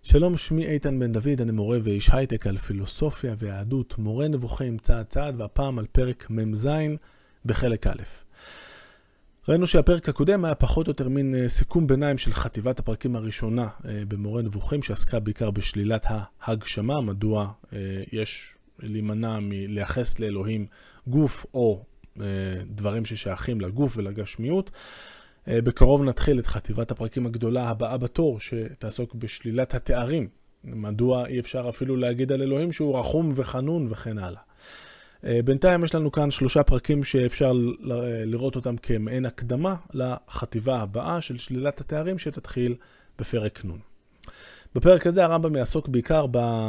שלום, שמי איתן בן דוד, אני מורה ואיש הייטק על פילוסופיה ויהדות, מורה נבוכים צעד צעד, והפעם על פרק מ"ז בחלק א'. ראינו שהפרק הקודם היה פחות או יותר מין סיכום ביניים של חטיבת הפרקים הראשונה במורה נבוכים, שעסקה בעיקר בשלילת ההגשמה, מדוע יש להימנע מלייחס לאלוהים גוף או דברים ששייכים לגוף ולגשמיות. בקרוב נתחיל את חטיבת הפרקים הגדולה הבאה בתור, שתעסוק בשלילת התארים. מדוע אי אפשר אפילו להגיד על אלוהים שהוא רחום וחנון וכן הלאה. בינתיים יש לנו כאן 3 פרקים שאפשר לראות אותם כמעין הקדמה לחטיבה הבאה של שלילת התארים שתתחיל בפרק נ'. בפרק הזה הרמב"ם יעסוק בעיקר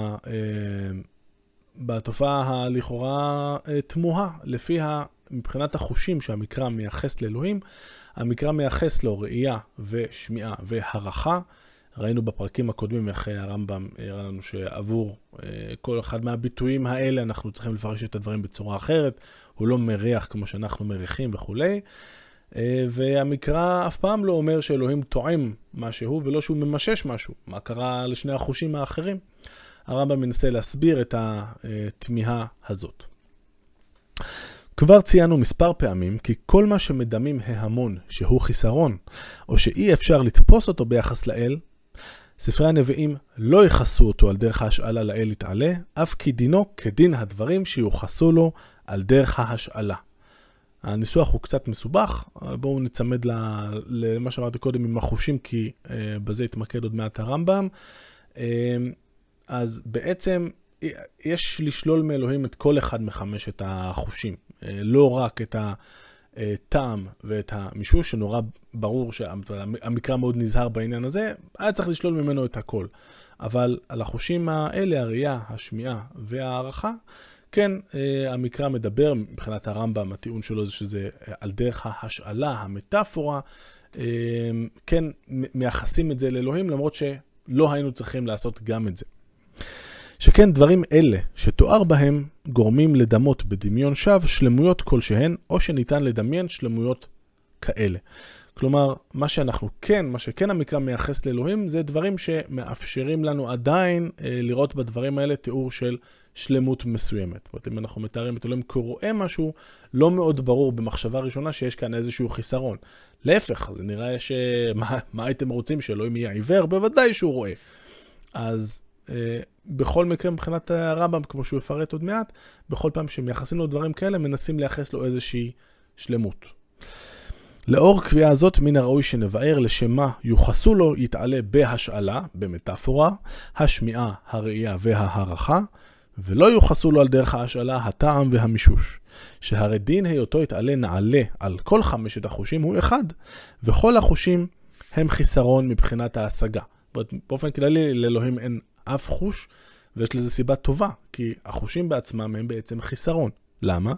בתופעה הלכאורה תמוהה, לפיה מבחינת החושים שהמקרא מייחס לאלוהים, המקרא מייחס לו ראייה ושמיעה והערכה. ראינו בפרקים הקודמים איך הרמב"ם הראה לנו שעבור כל אחד מהביטויים האלה אנחנו צריכים לפרש את הדברים בצורה אחרת. הוא לא מריח כמו שאנחנו מריחים וכו'. והמקרא אף פעם לא אומר שאלוהים טועם משהו ולא שהוא ממשש משהו. מה קרה לשני החושים האחרים? הרמב"ם מנסה להסביר את התמיהה הזאת. כבר ציינו מספר פעמים כי כל מה שמדמים ההמון שהוא חיסרון, או שאי אפשר לתפוס אותו ביחס לאל, ספרי הנביאים לא יחסו אותו על דרך ההשאלה לאל יתעלה, אף כי דינו כדין הדברים שיוחסו לו על דרך ההשאלה. הניסוח הוא קצת מסובך, בואו נצמד למה שאמרתי קודם עם החושים, כי בזה יתמקד עוד מעט הרמב"ם. אז בעצם יש לשלול מאלוהים את כל אחד מחמשת החושים, לא רק את הטעם ואת המישוש, שנורא ברור שהמקרא מאוד נזהר בעניין הזה, היה צריך לשלול ממנו את הכל. אבל על החושים האלה, הראייה, השמיעה והערכה, כן, המקרא מדבר, מבחינת הרמב"ם, הטיעון שלו זה שזה על דרך ההשאלה, המטאפורה, כן, מייחסים את זה לאלוהים, למרות שלא היינו צריכים לעשות גם את זה. שכן דברים אלה שתואר בהם גורמים לדמות בדמיון שווא שלמויות כלשהן, או שניתן לדמיין שלמויות כאלה. כלומר, מה שכן המקרא מייחס לאלוהים, זה דברים שמאפשרים לנו עדיין לראות בדברים האלה תיאור של שלמות מסוימת. זאת אומרת, אם אנחנו מתארים את אלוהים כרואה משהו, לא מאוד ברור במחשבה ראשונה שיש כאן איזשהו חיסרון. להפך, זה נראה מה הייתם רוצים שאלוהים יהיה עיוור? בוודאי שהוא רואה. אז בכל מקרה מבחינת הרמב"ם, כמו שהוא יפרט עוד מעט, בכל פעם שמייחסים לו דברים כאלה, מנסים לייחס לו איזושהי שלמות. לאור קביעה הזאת, מן הראוי שנבאר לשמה יוחסו לו יתעלה בהשאלה, במטאפורה, השמיעה, הראייה וההערכה, ולא יוחסו לו על דרך ההשאלה הטעם והמישוש. שהרי דין היותו יתעלה נעלה על כל 5 החושים הוא אחד, וכל החושים הם חיסרון מבחינת ההשגה. באופן כללי לאלוהים אין אף חוש, ויש לזה סיבה טובה, כי החושים בעצמם הם בעצם חיסרון. למה?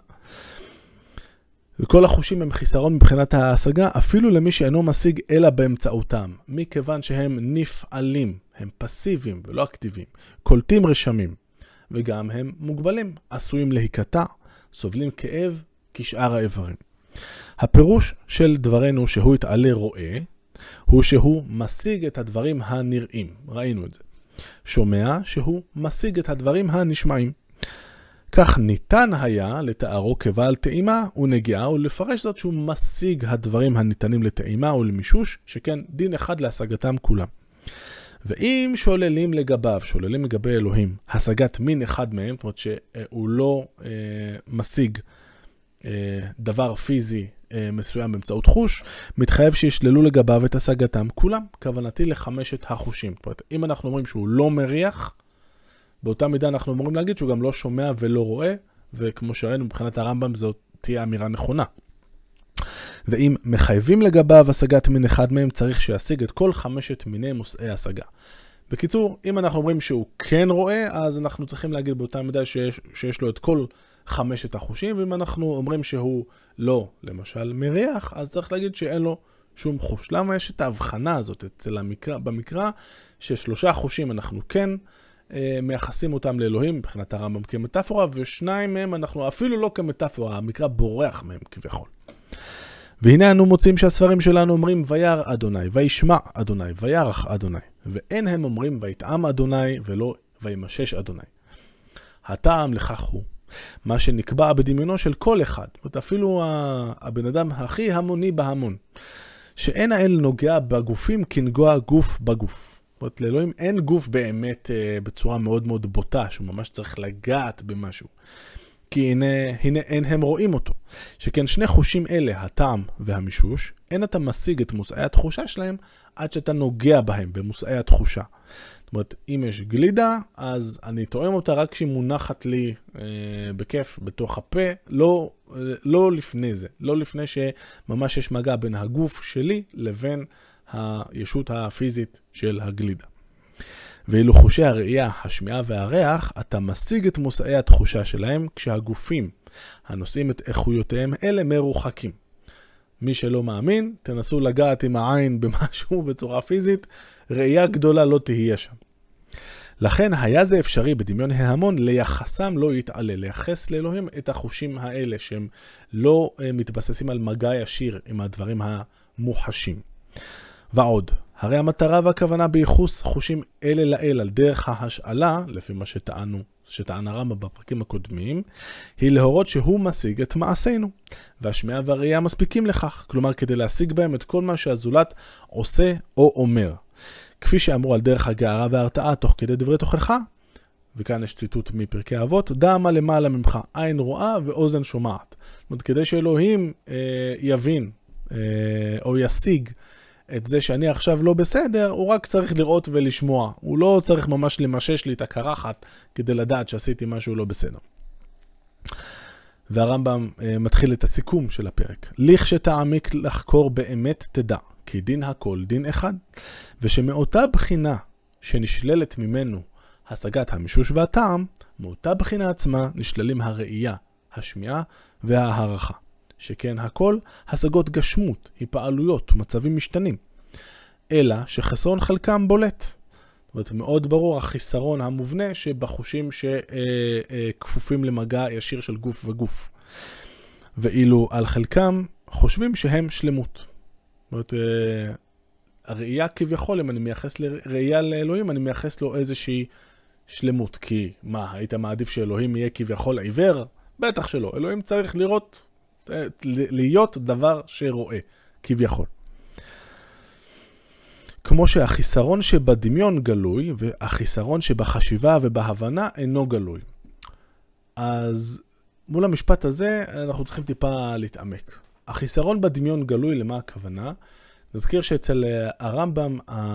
וכל החושים הם חיסרון מבחינת ההשגה, אפילו למי שאינו משיג אלא באמצעותם, מכיוון שהם נפעלים, הם פסיביים ולא אקטיביים, קולטים רשמים, וגם הם מוגבלים, עשויים להיקטע, סובלים כאב כשאר האיברים. הפירוש של דברנו שהוא יתעלה רואה, הוא שהוא משיג את הדברים הנראים, ראינו את זה. שומע שהוא משיג את הדברים הנשמעים. כך ניתן היה לתארו כבעל טעימה ונגיעה, ולפרש זאת שהוא משיג הדברים הניתנים לטעימה ולמישוש, שכן דין אחד להשגתם כולם. ואם שוללים לגבי אלוהים, השגת מין אחד מהם, זאת אומרת שהוא לא משיג דבר פיזי מסוים באמצעות חוש, מתחייב שישללו לגביו את השגתם כולם, כוונתי ל5 החושים. זאת אומרת, אם אנחנו אומרים שהוא לא מריח, באותה מידה אנחנו אומרים להגיד שהוא גם לא שומע ולא רואה, וכמו שראינו מבחינת הרמב"ם זאת תהיה אמירה נכונה. ואם מחייבים לגביו השגת מין אחד מהם, צריך שישיג את כל 5 מיני מושאי השגה. בקיצור, אם אנחנו אומרים שהוא כן רואה, אז אנחנו צריכים להגיד באותה מידה שיש לו את כל 5 החושים, ואם אנחנו אומרים שהוא לא, למשל, מריח, אז צריך להגיד שאין לו שום חוש. למה יש את ההבחנה הזאת במקרא, ש3 חושים אנחנו כן מייחסים אותם לאלוהים, מבחינת הרמב"ם כמטאפורה, ו2 מהם אנחנו אפילו לא כמטאפורה, המקרא בורח מהם כביכול. והנה אנו מוצאים שהספרים שלנו אומרים וירא אדוני, וישמע אדוני, וירח אדוני, ואין הם אומרים ויטעם אדוני ולא וימשש אדוני. הטעם לכך הוא מה שנקבע בדמיונו של כל אחד, אפילו הבן אדם הכי המוני בהמון, שאין האל נוגע בגופים כנגוע גוף בגוף. לאלוהים אין גוף באמת בצורה מאוד מאוד בוטה, שהוא ממש צריך לגעת במשהו. כי הנה אין הם רואים אותו. שכן שני חושים אלה, הטעם והמישוש, אין אתה משיג את מושאי התחושה שלהם עד שאתה נוגע בהם, במושאי התחושה. זאת אומרת, אם יש גלידה, אז אני טועם אותה רק כשהיא מונחת לי בכיף בתוך הפה, לא לפני זה. לא לפני שממש יש מגע בין הגוף שלי לבין הישות הפיזית של הגלידה. ואילו חושי הראייה, השמיעה והריח, אתה משיג את מושאי התחושה שלהם כשהגופים הנושאים את איכויותיהם אלה מרוחקים. מי שלא מאמין, תנסו לגעת עם העין במשהו בצורה פיזית, ראייה גדולה לא תהיה שם. לכן היה זה אפשרי בדמיון ההמון ליחסם לא יתעלה, לייחס לאלוהים את החושים האלה שהם לא מתבססים על מגע ישיר עם הדברים המוחשים. ועוד, הרי המטרה והכוונה בייחוס חושים אלה לאל על דרך ההשאלה, לפי מה שטען הרמב"ם בפרקים הקודמים, היא להורות שהוא משיג את מעשינו, והשמיעה והראייה מספיקים לכך, כלומר כדי להשיג בהם את כל מה שהזולת עושה או אומר. כפי שאמרו על דרך הגערה וההרתעה תוך כדי דברי תוכחה, וכאן יש ציטוט מפרקי אבות, דע מה למעלה ממך, עין רואה ואוזן שומעת. זאת אומרת, כדי שאלוהים יבין או ישיג את זה שאני עכשיו לא בסדר, הוא רק צריך לראות ולשמוע. הוא לא צריך ממש למשש לי את הקרחת כדי לדעת שעשיתי משהו לא בסדר. והרמב"ם מתחיל את הסיכום של הפרק. לכשתעמיק לחקור באמת תדע, כי דין הכל דין אחד, ושמאותה בחינה שנשללת ממנו השגת המישוש והטעם, מאותה בחינה עצמה נשללים הראייה, השמיעה וההערכה. שכן הכל השגות גשמות, היפעלויות ומצבים משתנים. אלא שחסרון חלקם בולט. זאת אומרת, מאוד ברור החיסרון המובנה שבחושים שכפופים למגע ישיר של גוף וגוף. ואילו על חלקם חושבים שהם שלמות. זאת אומרת, הראייה כביכול, אם אני מייחס לראייה לאלוהים, אני מייחס לו איזושהי שלמות. כי מה, היית מעדיף שאלוהים יהיה כביכול עיוור? בטח שלא. אלוהים צריך להיות דבר שרואה, כביכול. כמו שהחיסרון שבדמיון גלוי, והחיסרון שבחשיבה ובהבנה אינו גלוי. אז מול המשפט הזה אנחנו צריכים טיפה להתעמק. החיסרון בדמיון גלוי, למה הכוונה? נזכיר שאצל הרמב"ם,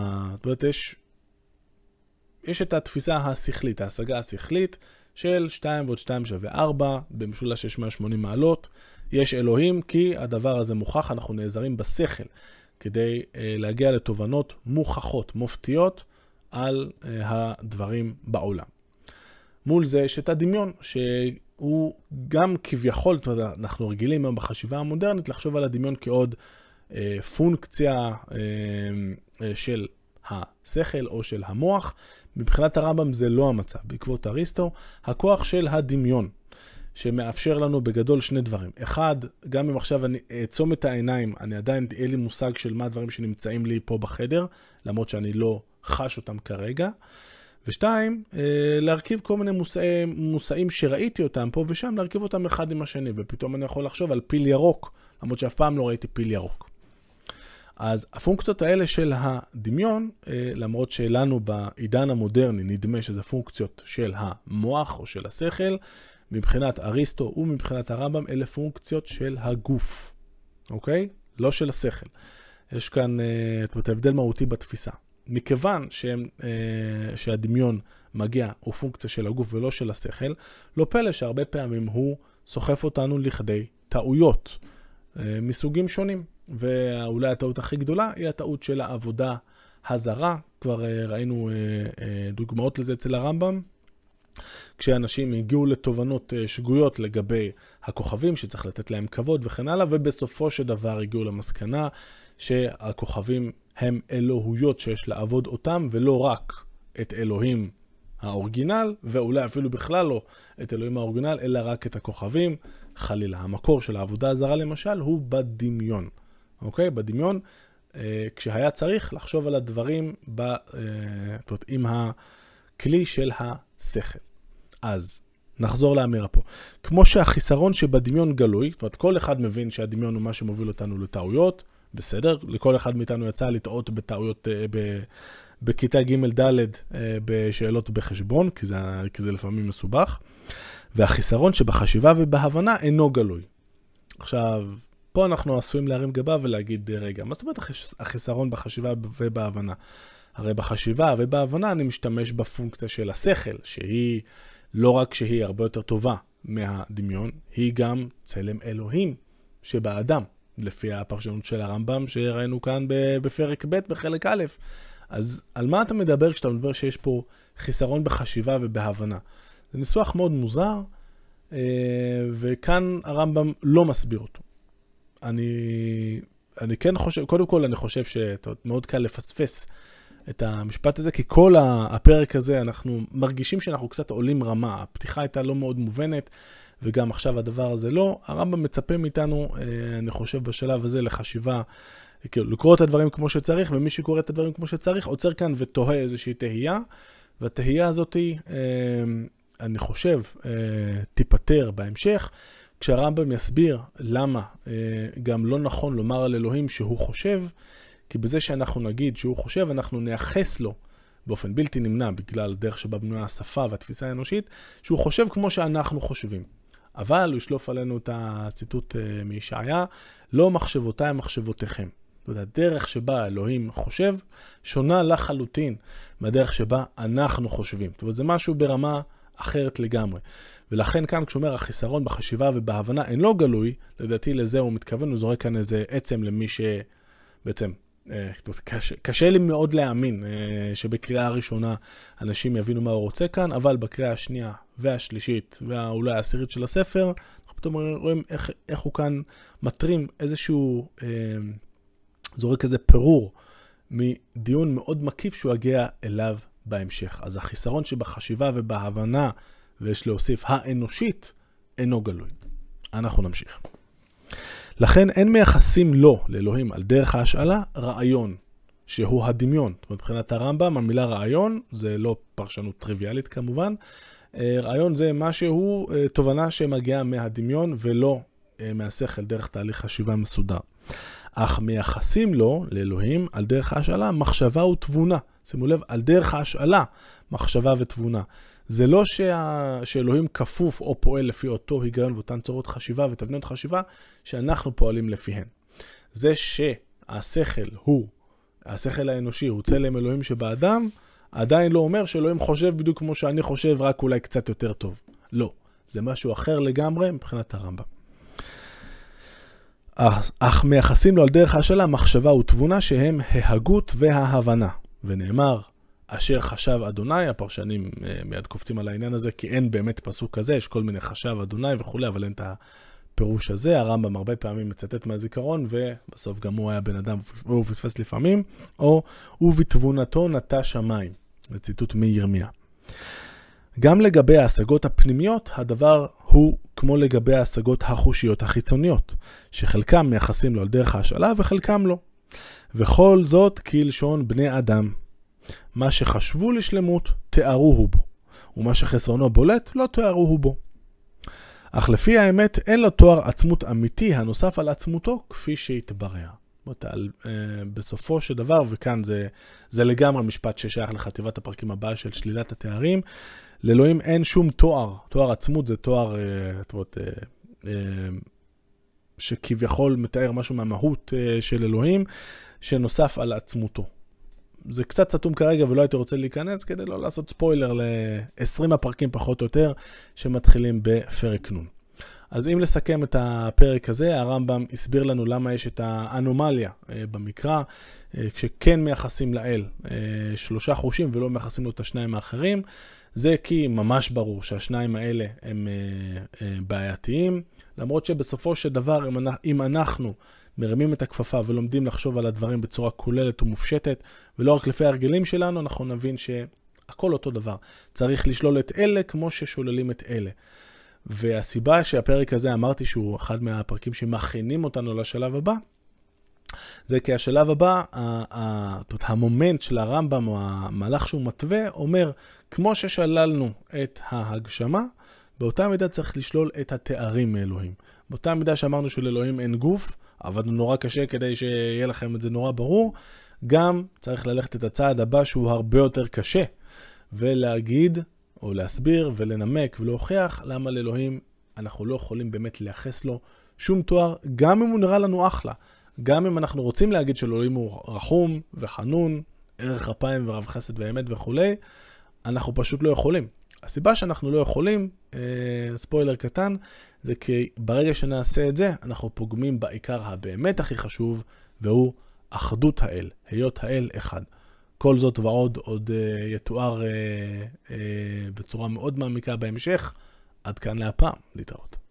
יש את התפיסה השכלית, ההשגה השכלית של 2 ועוד 2 שווה 4, במשולש 680 מעלות. יש אלוהים כי הדבר הזה מוכח, אנחנו נעזרים בשכל כדי להגיע לתובנות מוכחות, מופתיות על הדברים בעולם. מול זה יש את הדמיון, שהוא גם כביכול, אנחנו רגילים בחשיבה המודרנית לחשוב על הדמיון כעוד פונקציה של השכל או של המוח. מבחינת הרמב"ם זה לא המצב. בעקבות אריסטו, הכוח של הדמיון, שמאפשר לנו בגדול שני דברים. אחד, גם אם עכשיו אני אעצום את העיניים, אני עדיין אין לי מושג של מה הדברים שנמצאים לי פה בחדר, למרות שאני לא חש אותם כרגע. ושתיים, להרכיב כל מיני מושאים שראיתי אותם פה ושם, להרכיב אותם אחד עם השני, ופתאום אני יכול לחשוב על פיל ירוק, למרות שאף פעם לא ראיתי פיל ירוק. אז הפונקציות האלה של הדמיון, למרות שלנו בעידן המודרני נדמה שזה פונקציות של המוח או של השכל, מבחינת אריסטו ומבחינת הרמב"ם אלה פונקציות של הגוף, אוקיי? לא של השכל. יש כאן הבדל מהותי בתפיסה. מכיוון שהדמיון מגיע הוא פונקציה של הגוף ולא של השכל, לא פלא שהרבה פעמים הוא סוחף אותנו לכדי טעויות מסוגים שונים. ואולי הטעות הכי גדולה היא הטעות של העבודה הזרה. כבר ראינו דוגמאות לזה אצל הרמב"ם. כשאנשים הגיעו לתובנות שגויות לגבי הכוכבים שצריך לתת להם כבוד וכן הלאה, ובסופו של דבר הגיעו למסקנה שהכוכבים הם אלוהויות שיש לעבוד אותם, ולא רק את אלוהים האורגינל, ואולי אפילו בכלל לא את אלוהים האורגינל, אלא רק את הכוכבים, חלילה. המקור של העבודה הזרה למשל הוא בדמיון. אוקיי? בדמיון, כשהיה צריך לחשוב על הדברים עם הכלי של השכל. אז נחזור לאמירה פה. כמו שהחיסרון שבדמיון גלוי, זאת אומרת, כל אחד מבין שהדמיון הוא מה שמוביל אותנו לטעויות, בסדר? לכל אחד מאיתנו יצא לטעות בטעויות בכיתה ג' ד' בשאלות בחשבון, כי זה לפעמים מסובך. והחיסרון שבחשיבה ובהבנה אינו גלוי. עכשיו, פה אנחנו עשויים להרים גבה ולהגיד, רגע, מה זאת אומרת החיסרון בחשיבה ובהבנה? הרי בחשיבה ובהבנה אני משתמש בפונקציה של השכל, שהיא לא רק שהיא הרבה יותר טובה מהדמיון, היא גם צלם אלוהים שבאדם, לפי הפרשנות של הרמב"ם שראינו כאן בפרק ב' בחלק א'. אז על מה אתה מדבר כשאתה מדבר שיש פה חיסרון בחשיבה ובהבנה? זה ניסוח מאוד מוזר, וכאן הרמב"ם לא מסביר אותו. אני כן חושב, קודם כל אני חושב שמאוד קל לפספס את המשפט הזה, כי כל הפרק הזה אנחנו מרגישים שאנחנו קצת עולים רמה. הפתיחה הייתה לא מאוד מובנת, וגם עכשיו הדבר הזה לא. הרמב"ם מצפה מאיתנו, אני חושב בשלב הזה, לחשיבה, כאילו, לקרוא את הדברים כמו שצריך, ומי שקורא את הדברים כמו שצריך, עוצר כאן ותוהה איזושהי תהייה, והתהייה הזאת, אני חושב, תיפטר בהמשך, כשהרמב"ם יסביר למה גם לא נכון לומר על אלוהים שהוא חושב, כי בזה שאנחנו נגיד שהוא חושב, אנחנו נייחס לו באופן בלתי נמנע, בגלל דרך שבה בנויה השפה והתפיסה האנושית, שהוא חושב כמו שאנחנו חושבים. אבל הוא ישלוף עלינו את הציטוט מישעיה, לא מחשבותיי מחשבותיכם. זאת אומרת, הדרך שבה אלוהים חושב, שונה לחלוטין מהדרך שבה אנחנו חושבים. זאת אומרת, זה משהו ברמה אחרת לגמרי. ולכן כאן כשאומר החיסרון בחשיבה ובהבנה אין לא גלוי, לדעתי לזה הוא מתכוון, הוא זורק כאן איזה עצם למי שבעצם, קשה לי מאוד להאמין שבקריאה הראשונה אנשים יבינו מה הוא רוצה כאן, אבל בקריאה השנייה והשלישית ואולי העשירית של הספר, אנחנו פתאום רואים איך הוא כאן מטרים איזשהו, זורק איזה פירור מדיון מאוד מקיף שהוא הגיע אליו בהמשך. אז החיסרון שבחשיבה ובהבנה, ויש להוסיף האנושית, אינו גלוי. אנחנו נמשיך. לכן אין מייחסים לו, לאלוהים, על דרך ההשאלה, רעיון, שהוא הדמיון. זאת אומרת, מבחינת הרמב"ם, המילה רעיון, זה לא פרשנות טריוויאלית כמובן. רעיון זה משהו, תובנה שמגיעה מהדמיון, ולא מהשכל דרך תהליך חשיבה מסודר. אך מייחסים לו, לאלוהים, על דרך ההשאלה, מחשבה ותבונה. שימו לב, על דרך ההשאלה, מחשבה ותבונה. זה לא שאלוהים כפוף או פועל לפי אותו היגיון ואותן צורות חשיבה ותבניות חשיבה שאנחנו פועלים לפיהן. זה שהשכל הוא, השכל האנושי הוא צלם אלוהים שבאדם, עדיין לא אומר שאלוהים חושב בדיוק כמו שאני חושב, רק אולי קצת יותר טוב. לא, זה משהו אחר לגמרי מבחינת הרמב"ם. אך מייחסים לו על דרך ההשאלה מחשבה ותבונה שהם ההגות וההבנה. ונאמר, אשר חשב אדוני, הפרשנים מיד קופצים על העניין הזה, כי אין באמת פסוק כזה, יש כל מיני חשב אדוני וכו', אבל אין את הפירוש הזה. הרמב"ם הרבה פעמים מצטט מהזיכרון, ובסוף גם הוא היה בן אדם, והוא פספס לפעמים, או ובתבונתו נטע שמיים. זה ציטוט מירמיה. גם לגבי ההשגות הפנימיות, הדבר הוא כמו לגבי ההשגות החושיות החיצוניות, שחלקם מייחסים לו על דרך ההשאלה וחלקם לא. וכל זאת כלשון בני אדם. מה שחשבו לשלמות, תיארוהו בו. ומה שחסרונו בולט, לא תיארוהו בו. אך לפי האמת, אין לו תואר עצמות אמיתי הנוסף על עצמותו, כפי שהתברר. בסופו של דבר, וכאן זה לגמרי משפט ששייך לחטיבת הפרקים הבאה של שלילת התארים, לאלוהים אין שום תואר. תואר עצמות זה תואר שכביכול מתאר משהו מהמהות של אלוהים, שנוסף על עצמותו. זה קצת סתום כרגע ולא הייתי רוצה להיכנס כדי לא לעשות ספוילר ל-20 הפרקים פחות או יותר שמתחילים בפרק נ'. אז אם לסכם את הפרק הזה, הרמב"ם הסביר לנו למה יש את האנומליה במקרא, כשכן מייחסים לאל 3 חושים ולא מייחסים לו את השניים האחרים, זה כי ממש ברור שהשניים האלה הם בעייתיים, למרות שבסופו של דבר אם אנחנו מרימים את הכפפה ולומדים לחשוב על הדברים בצורה כוללת ומופשטת, ולא רק לפי הרגלים שלנו, אנחנו נבין שהכל אותו דבר. צריך לשלול את אלה כמו ששוללים את אלה. והסיבה שהפרק הזה אמרתי שהוא אחד מהפרקים שמכינים אותנו לשלב הבא, זה כי השלב הבא, המומנט של הרמב"ם, המהלך שהוא מתווה, אומר, כמו ששללנו את ההגשמה, באותה מידה צריך לשלול את התארים מאלוהים. באותה מידה שאמרנו שלאלוהים אין גוף, עבדנו נורא קשה כדי שיהיה לכם את זה נורא ברור, גם צריך ללכת את הצעד הבא שהוא הרבה יותר קשה, ולהגיד, או להסביר ולנמק ולהוכיח למה לאלוהים אנחנו לא יכולים באמת לייחס לו שום תואר, גם אם הוא נראה לנו אחלה. גם אם אנחנו רוצים להגיד שאלוהים הוא רחום וחנון, ערך אפיים ורב חסד ואמת וכו', אנחנו פשוט לא יכולים. הסיבה שאנחנו לא יכולים, ספוילר קטן, זה כי ברגע שנעשה את זה, אנחנו פוגמים בעיקר הבאמת הכי חשוב, והוא אחדות האל, היות האל אחד. כל זאת ועוד עוד יתואר בצורה מאוד מעמיקה בהמשך, עד כאן להפעם, להתראות.